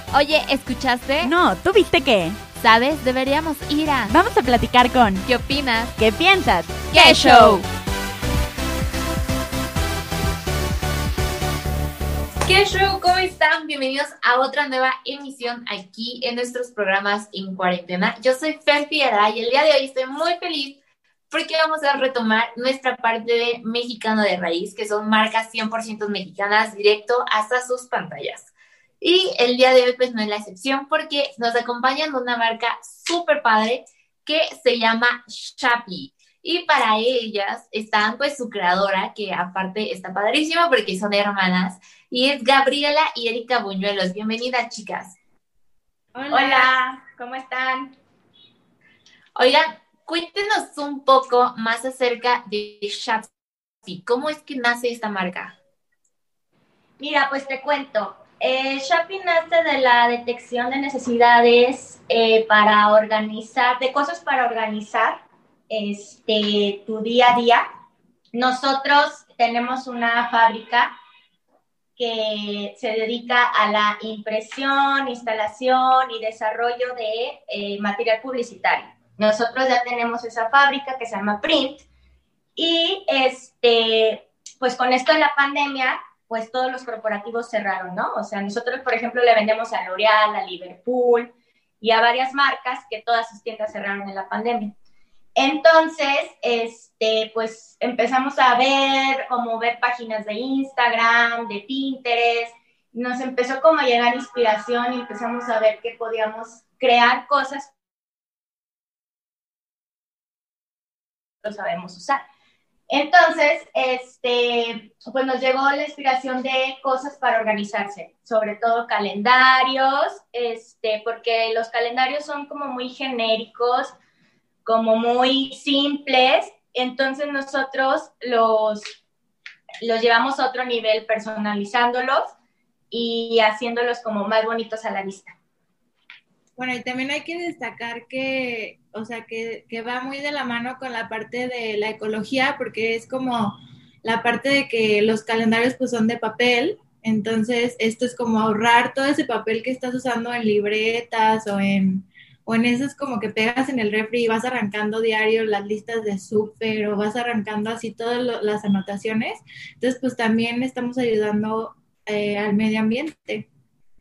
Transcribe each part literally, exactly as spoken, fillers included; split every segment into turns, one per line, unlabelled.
Oye, ¿escuchaste?
No, ¿tú viste qué?
¿Sabes? Deberíamos ir a...
Vamos a platicar con...
¿Qué opinas?
¿Qué piensas?
¡Qué show! ¿Qué show? ¿Cómo están? Bienvenidos a otra nueva emisión aquí en nuestros programas en cuarentena. Yo soy Fer Figueroa y el día de hoy estoy muy feliz porque vamos a retomar nuestra parte de Mexicano de Raíz, que son marcas cien por ciento mexicanas directo hasta sus pantallas. Y el día de hoy pues no es la excepción porque nos acompañan una marca súper padre que se llama Shappi. Y para ellas están pues su creadora, que aparte está padrísima porque son hermanas, y es Gabriela y Erika Buñuelos. Bienvenidas, chicas.
Hola, Hola, ¿cómo están?
Oigan, cuéntenos un poco más acerca de Shappi. ¿Cómo es que nace esta marca?
Mira, pues te cuento. Eh, Shappi nace de la detección de necesidades eh, para organizar, de cosas para organizar este, tu día a día. Nosotros tenemos una fábrica que se dedica a la impresión, instalación y desarrollo de eh, material publicitario. Nosotros ya tenemos esa fábrica que se llama Print y este, pues con esto de la pandemia, pues todos los corporativos cerraron, ¿no? O sea, nosotros, por ejemplo, le vendemos a L'Oreal, a Liverpool y a varias marcas que todas sus tiendas cerraron en la pandemia. Entonces, este, pues empezamos a ver, como ver páginas de Instagram, de Pinterest, nos empezó como a llegar inspiración y empezamos a ver que podíamos crear cosas que no sabemos usar. Entonces, este, pues nos llegó la inspiración de cosas para organizarse, sobre todo calendarios, este, porque los calendarios son como muy genéricos, como muy simples, entonces nosotros los, los llevamos a otro nivel personalizándolos y haciéndolos como más bonitos a la vista.
Bueno, y también hay que destacar que, o sea, que, que va muy de la mano con la parte de la ecología, porque es como la parte de que los calendarios pues son de papel, entonces esto es como ahorrar todo ese papel que estás usando en libretas o en, o en esos como que pegas en el refri y vas arrancando diario las listas de súper o vas arrancando así todas lo, las anotaciones, entonces pues también estamos ayudando eh, al medio ambiente.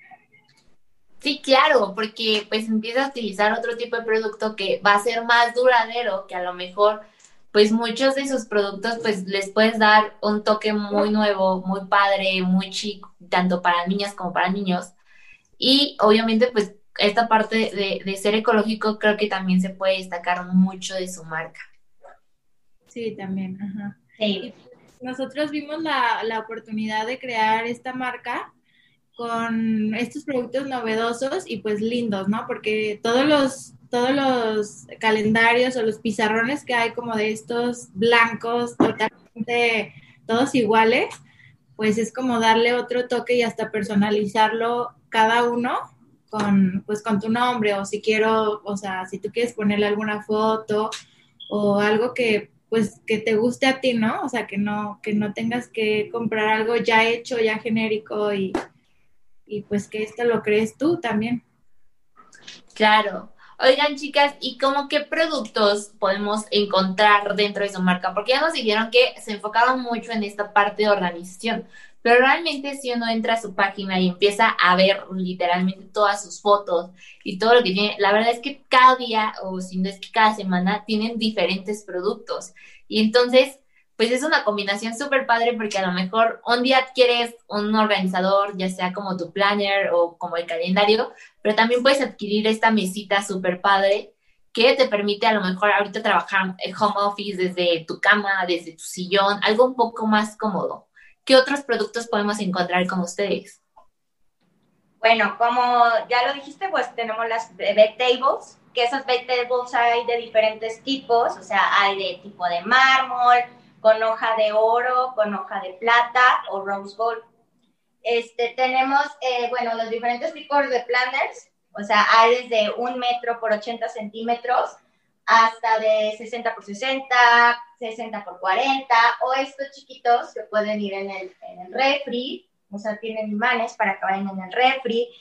Sí, claro, porque pues empiezas a utilizar otro tipo de producto que va a ser más duradero, que a lo mejor pues muchos de sus productos pues les puedes dar un toque muy nuevo, muy padre, muy chic, tanto para niñas como para niños. Y obviamente pues esta parte de, de ser ecológico creo que también se puede destacar mucho de su marca.
Sí, también, ajá.
Sí.
Y nosotros vimos la, la oportunidad de crear esta marca con estos productos novedosos y pues lindos, ¿no? Porque todos los, todos los calendarios o los pizarrones que hay como de estos blancos, totalmente todos iguales, pues es como darle otro toque y hasta personalizarlo cada uno con, pues con tu nombre o si quiero, o sea, si tú quieres ponerle alguna foto o algo que pues que te guste a ti, ¿no? O sea, que no, que no tengas que comprar algo ya hecho, ya genérico y y pues que esto lo crees tú también.
Claro. Oigan, chicas, ¿y cómo qué productos podemos encontrar dentro de su marca? Porque ya nos dijeron que se enfocaron mucho en esta parte de organización, pero realmente si uno entra a su página y empieza a ver literalmente todas sus fotos y todo lo que tiene, la verdad es que cada día, o si no es que cada semana, tienen diferentes productos. Y entonces, pues es una combinación súper padre porque a lo mejor un día quieres un organizador, ya sea como tu planner o como el calendario, pero también puedes adquirir esta mesita súper padre que te permite a lo mejor ahorita trabajar en home office desde tu cama, desde tu sillón, algo un poco más cómodo. ¿Qué otros productos podemos encontrar con ustedes?
Bueno, como ya lo dijiste, pues tenemos las bed tables, que esas bed tables hay de diferentes tipos, o sea, hay de tipo de mármol, con hoja de oro, con hoja de plata o rose gold. Este, tenemos, eh, bueno, los diferentes tipos de planners, o sea, hay desde un metro por ochenta centímetros hasta de sesenta por sesenta, sesenta por cuarenta, o estos chiquitos que pueden ir en el, en el refri, o sea, tienen imanes para que vayan en el refri.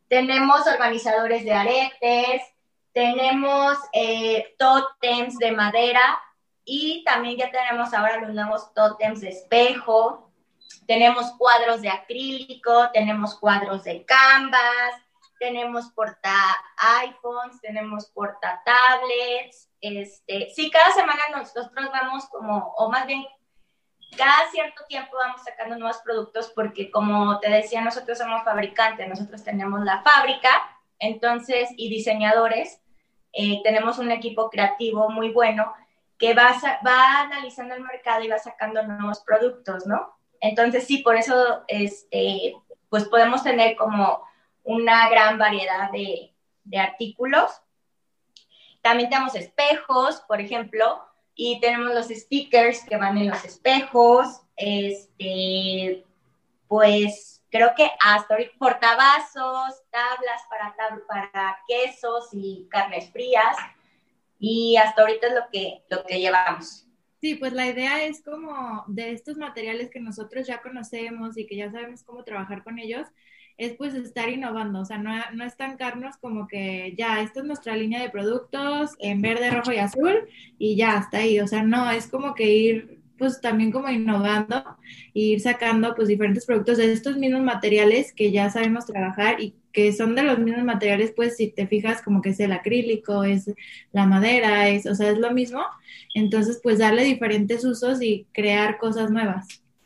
tenemos organizadores de aretes, tenemos eh, tótems de madera y también ya tenemos ahora los nuevos tótems de espejo, tenemos cuadros de acrílico, tenemos cuadros de canvas, tenemos porta iPhones, tenemos porta tablets, este, sí, cada semana nosotros vamos como, o más bien cada cierto tiempo vamos sacando nuevos productos porque, como te decía, nosotros somos fabricantes, nosotros tenemos la fábrica, entonces, y diseñadores, eh, tenemos un equipo creativo muy bueno que va, va analizando el mercado y va sacando nuevos productos, ¿no? Entonces, sí, por eso, este, pues podemos tener como una gran variedad de, de artículos. También tenemos espejos, por ejemplo, y tenemos los stickers que van en los espejos, este, pues creo que hasta ahorita portavasos, tablas para, tab para quesos y carnes frías, y hasta ahorita es lo que, lo que llevamos.
Sí, pues la idea es como de estos materiales que nosotros ya conocemos y que ya sabemos cómo trabajar con ellos, es pues estar innovando, o sea, no, no estancarnos como que ya, esta es nuestra línea de productos en verde, rojo y azul y ya, hasta ahí, o sea, no, es como que ir pues también como innovando e ir sacando pues diferentes productos de estos mismos materiales que ya sabemos trabajar y que son de los mismos materiales, pues si te fijas como que es el acrílico, es la madera, es, o sea, es lo mismo, entonces pues darle diferentes usos y crear cosas nuevas.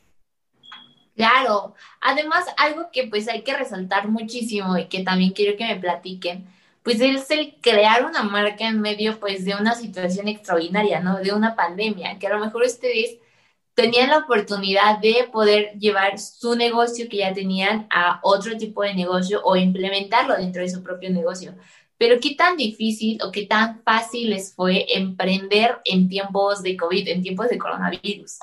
Claro, además algo que pues hay que resaltar muchísimo y que también quiero que me platiquen, pues es el crear una marca en medio pues de una situación extraordinaria, ¿no? De una pandemia, que a lo mejor ustedes tenían la oportunidad de poder llevar su negocio que ya tenían a otro tipo de negocio o implementarlo dentro de su propio negocio. Pero qué tan difícil o qué tan fácil les fue emprender en tiempos de COVID, en tiempos de coronavirus.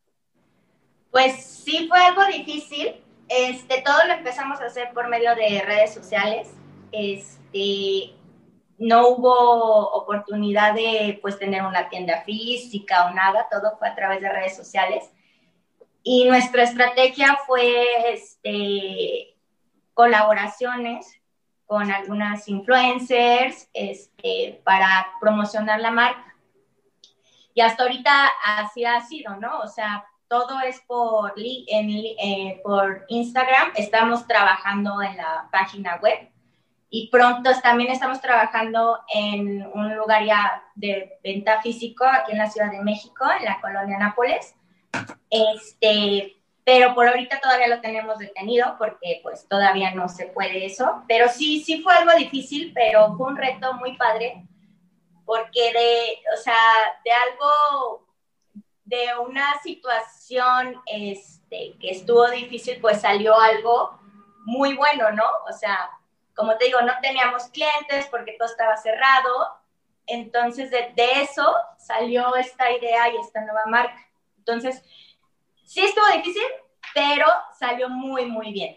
Pues sí fue algo difícil. Este, todo lo empezamos a hacer por medio de redes sociales. Este, no hubo oportunidad de pues tener una tienda física o nada, todo fue a través de redes sociales. Y nuestra estrategia fue este, colaboraciones con algunas influencers este, para promocionar la marca. Y hasta ahorita así ha sido, ¿no? O sea, todo es por, en, eh, por Instagram, estamos trabajando en la página web y pronto también estamos trabajando en un lugar ya de venta físico aquí en la Ciudad de México, en la colonia Nápoles, este, pero por ahorita todavía lo tenemos detenido porque pues todavía no se puede eso, pero sí, sí fue algo difícil, pero fue un reto muy padre porque de, o sea, de algo, de una situación este, que estuvo difícil, pues salió algo muy bueno, ¿no? O sea, como te digo, no teníamos clientes porque todo estaba cerrado, entonces de, de eso salió esta idea y esta nueva marca. Entonces, sí estuvo difícil, pero salió muy, muy bien.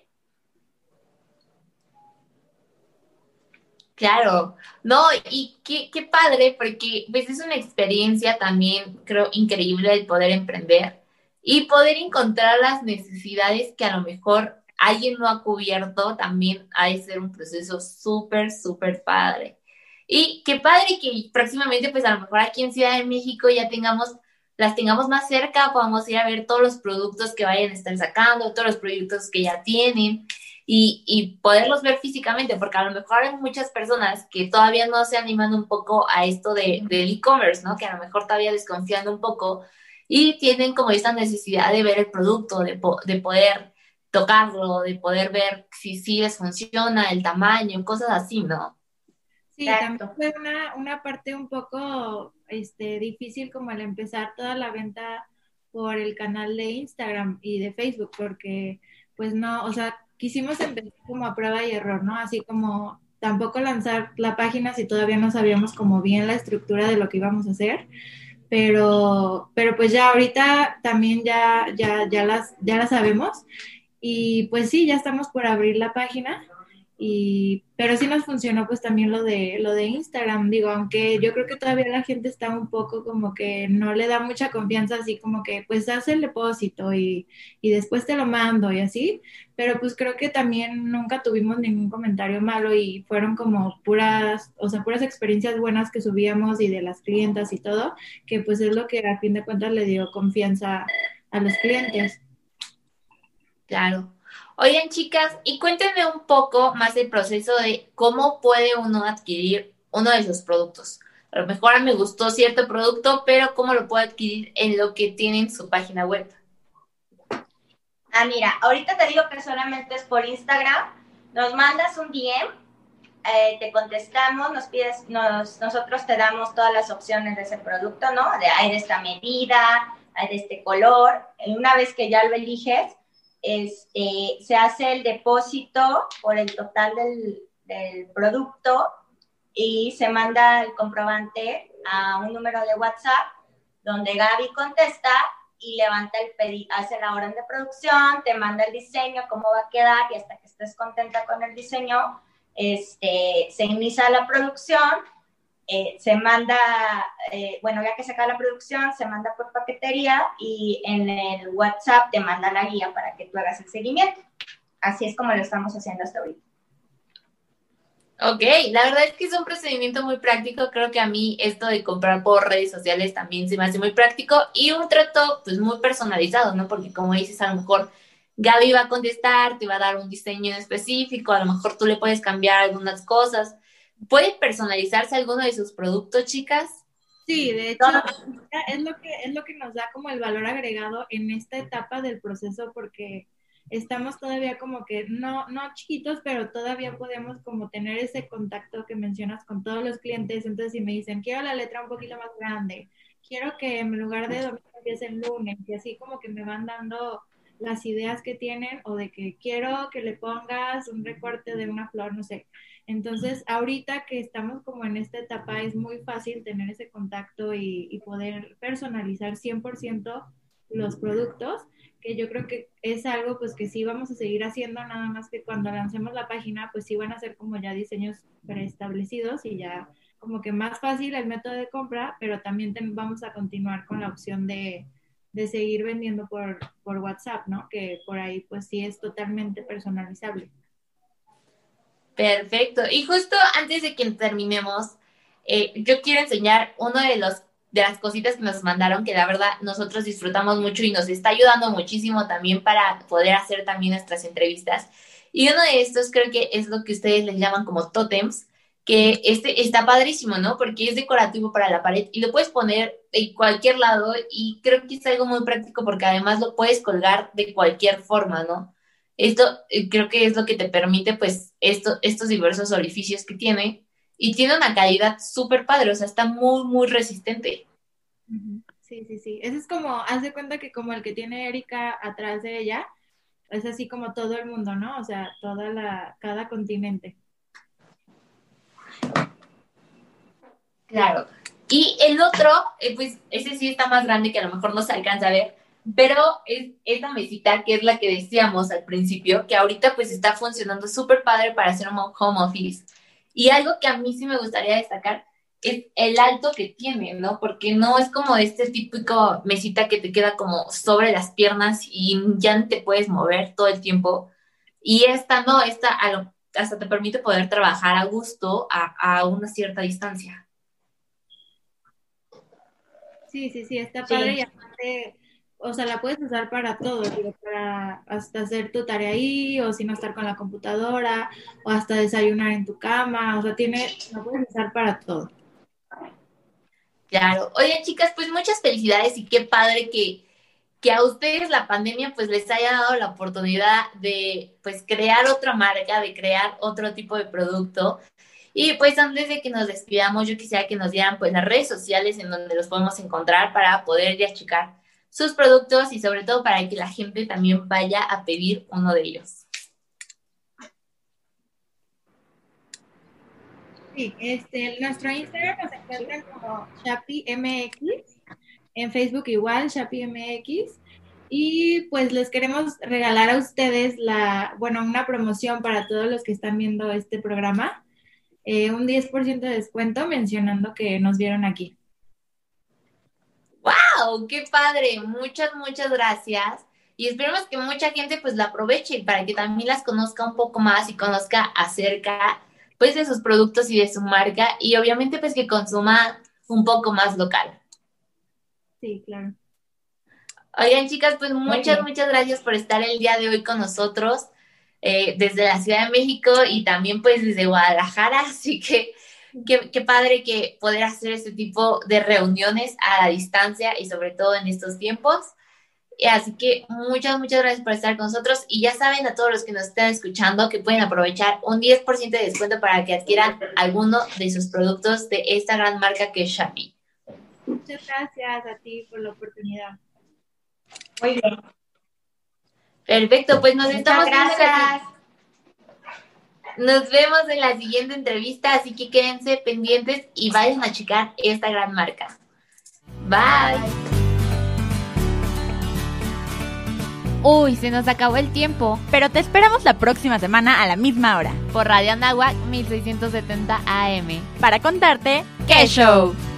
Claro, no, y qué, qué padre, porque pues es una experiencia también, creo, increíble el poder emprender y poder encontrar las necesidades que a lo mejor alguien no ha cubierto, también ha de ser un proceso súper, súper padre. Y qué padre que próximamente, pues a lo mejor aquí en Ciudad de México ya tengamos, las tengamos más cerca, podamos ir a ver todos los productos que vayan a estar sacando, todos los productos que ya tienen y, y poderlos ver físicamente, porque a lo mejor hay muchas personas que todavía no se animan un poco a esto de, del e-commerce, ¿no? Que a lo mejor todavía desconfían un poco y tienen como esta necesidad de ver el producto, de, po de poder tocarlo, de poder ver si sí les funciona, el tamaño, cosas así, ¿no?
Sí,
Exacto.
también fue una, una parte un poco este, difícil como el empezar toda la venta por el canal de Instagram y de Facebook, porque pues no, o sea, quisimos empezar como a prueba y error, ¿no? Así como tampoco lanzar la página si todavía no sabíamos como bien la estructura de lo que íbamos a hacer, pero, pero pues ya ahorita también ya, ya, ya las, ya las sabemos y pues sí, ya estamos por abrir la página. Y, pero sí nos funcionó pues también lo de, lo de Instagram, digo, aunque yo creo que todavía la gente está un poco como que no le da mucha confianza, así como que pues haz el depósito y, y después te lo mando y así, pero pues creo que también nunca tuvimos ningún comentario malo y fueron como puras, o sea, puras experiencias buenas que subíamos y de las clientas y todo, que pues es lo que a fin de cuentas le dio confianza a los clientes.
Claro. Oigan, chicas, y cuéntenme un poco más del proceso de cómo puede uno adquirir uno de sus productos. A lo mejor me gustó cierto producto, pero cómo lo puedo adquirir en lo que tiene en su página web.
Ah, mira, ahorita te digo que solamente es por Instagram. Nos mandas un D M, eh, te contestamos, nos pides, nos, nosotros te damos todas las opciones de ese producto, ¿no? De, hay de esta medida, hay de este color. Y una vez que ya lo eliges, este, se hace el depósito por el total del, del producto y se manda el comprobante a un número de WhatsApp donde Gaby contesta y levanta el pedido, hace la orden de producción, te manda el diseño, cómo va a quedar y hasta que estés contenta con el diseño, este, se inicia la producción, eh, se manda, eh, bueno, ya que se acaba la producción, se manda por paquetería y en el WhatsApp te manda la guía para que tú hagas el seguimiento. Así es como lo estamos haciendo hasta ahorita.
Ok, la verdad es que es un procedimiento muy práctico. Creo que a mí esto de comprar por redes sociales también se me hace muy práctico y un trato pues muy personalizado, ¿no? Porque como dices, a lo mejor Gaby va a contestar, te va a dar un diseño en específico, a lo mejor tú le puedes cambiar algunas cosas. ¿Puede personalizarse alguno de sus productos, chicas?
Sí, de hecho, es lo que, es lo que nos da como el valor agregado en esta etapa del proceso porque estamos todavía como que no, no chiquitos, pero todavía podemos como tener ese contacto que mencionas con todos los clientes. Entonces, si me dicen, quiero la letra un poquito más grande, quiero que en lugar de domingo empiece el lunes, y así como que me van dando las ideas que tienen o de que quiero que le pongas un recorte de una flor, no sé. Entonces, ahorita que estamos como en esta etapa, es muy fácil tener ese contacto y, y poder personalizar cien por ciento los productos, que yo creo que es algo pues que sí vamos a seguir haciendo, nada más que cuando lancemos la página, pues sí van a ser como ya diseños preestablecidos y ya como que más fácil el método de compra, pero también ten, vamos a continuar con la opción de, de seguir vendiendo por, por WhatsApp, ¿no? Que por ahí pues sí es totalmente personalizable.
Perfecto. Y justo antes de que terminemos, eh, yo quiero enseñar uno de los de las cositas que nos mandaron, que la verdad nosotros disfrutamos mucho y nos está ayudando muchísimo también para poder hacer también nuestras entrevistas. Y uno de estos creo que es lo que ustedes les llaman como tótems, que este está padrísimo, ¿no? Porque es decorativo para la pared y lo puedes poner en cualquier lado y creo que es algo muy práctico porque además lo puedes colgar de cualquier forma, ¿no? Esto eh, creo que es lo que te permite, pues, esto, estos diversos orificios que tiene y tiene una calidad súper padre, o sea, está muy, muy resistente.
Sí, sí, sí. Ese es como, haz de cuenta que como el que tiene Erika atrás de ella, es así como todo el mundo, ¿no? O sea, toda la, cada continente.
Claro. Y el otro, eh, pues, ese sí está más grande que a lo mejor no se alcanza a ver, pero es esta mesita que es la que decíamos al principio, que ahorita pues está funcionando súper padre para hacer un home office. Y algo que a mí sí me gustaría destacar es el alto que tiene, ¿no? Porque no es como este típico mesita que te queda como sobre las piernas y ya no te puedes mover todo el tiempo. Y esta no, esta a lo- hasta te permite poder trabajar a gusto a, a una cierta distancia.
Sí, sí, sí, está padre
Sí.
y aparte, o sea, la puedes usar para todo, digo, para hasta hacer tu tarea ahí, o si no estar con la computadora, o hasta desayunar en tu cama, o sea, tiene, la puedes usar para todo.
Claro. Oye, chicas, pues muchas felicidades y qué padre que, que a ustedes la pandemia pues les haya dado la oportunidad de pues crear otra marca, de crear otro tipo de producto. Y pues antes de que nos despidamos, yo quisiera que nos dieran pues las redes sociales en donde los podemos encontrar para poder ya checar sus productos y sobre todo para que la gente también vaya a pedir uno de ellos.
Sí, este, nuestro Instagram nos encuentran como ShapiMX, en Facebook igual, ShapiMX, Y pues les queremos regalar a ustedes la, bueno, una promoción para todos los que están viendo este programa, eh, un diez por ciento de descuento mencionando que nos vieron aquí.
¡Wow! ¡Qué padre! Muchas, muchas gracias. Y esperemos que mucha gente pues la aproveche para que también las conozca un poco más y conozca acerca pues de sus productos y de su marca y obviamente pues que consuma un poco más local.
Sí, claro.
Oigan, chicas, pues muchas, muchas gracias por estar el día de hoy con nosotros eh, desde la Ciudad de México y también pues desde Guadalajara, así que qué, qué padre que poder hacer este tipo de reuniones a la distancia y sobre todo en estos tiempos. Y así que muchas, muchas gracias por estar con nosotros y ya saben a todos los que nos están escuchando que pueden aprovechar un diez por ciento de descuento para que adquieran alguno de sus productos de esta gran marca que es Shopee.
Muchas gracias a ti por la oportunidad.
Muy bien.
Perfecto, pues nos
Muchas
estamos viendo.
gracias.
Nos vemos en la siguiente entrevista, así que quédense pendientes y vayan a checar esta gran marca. Bye.
Uy, se nos acabó el tiempo. Pero te esperamos la próxima semana a la misma hora
Por Radio Anáhuac mil seiscientos setenta A M.
para contarte ¡Qué show!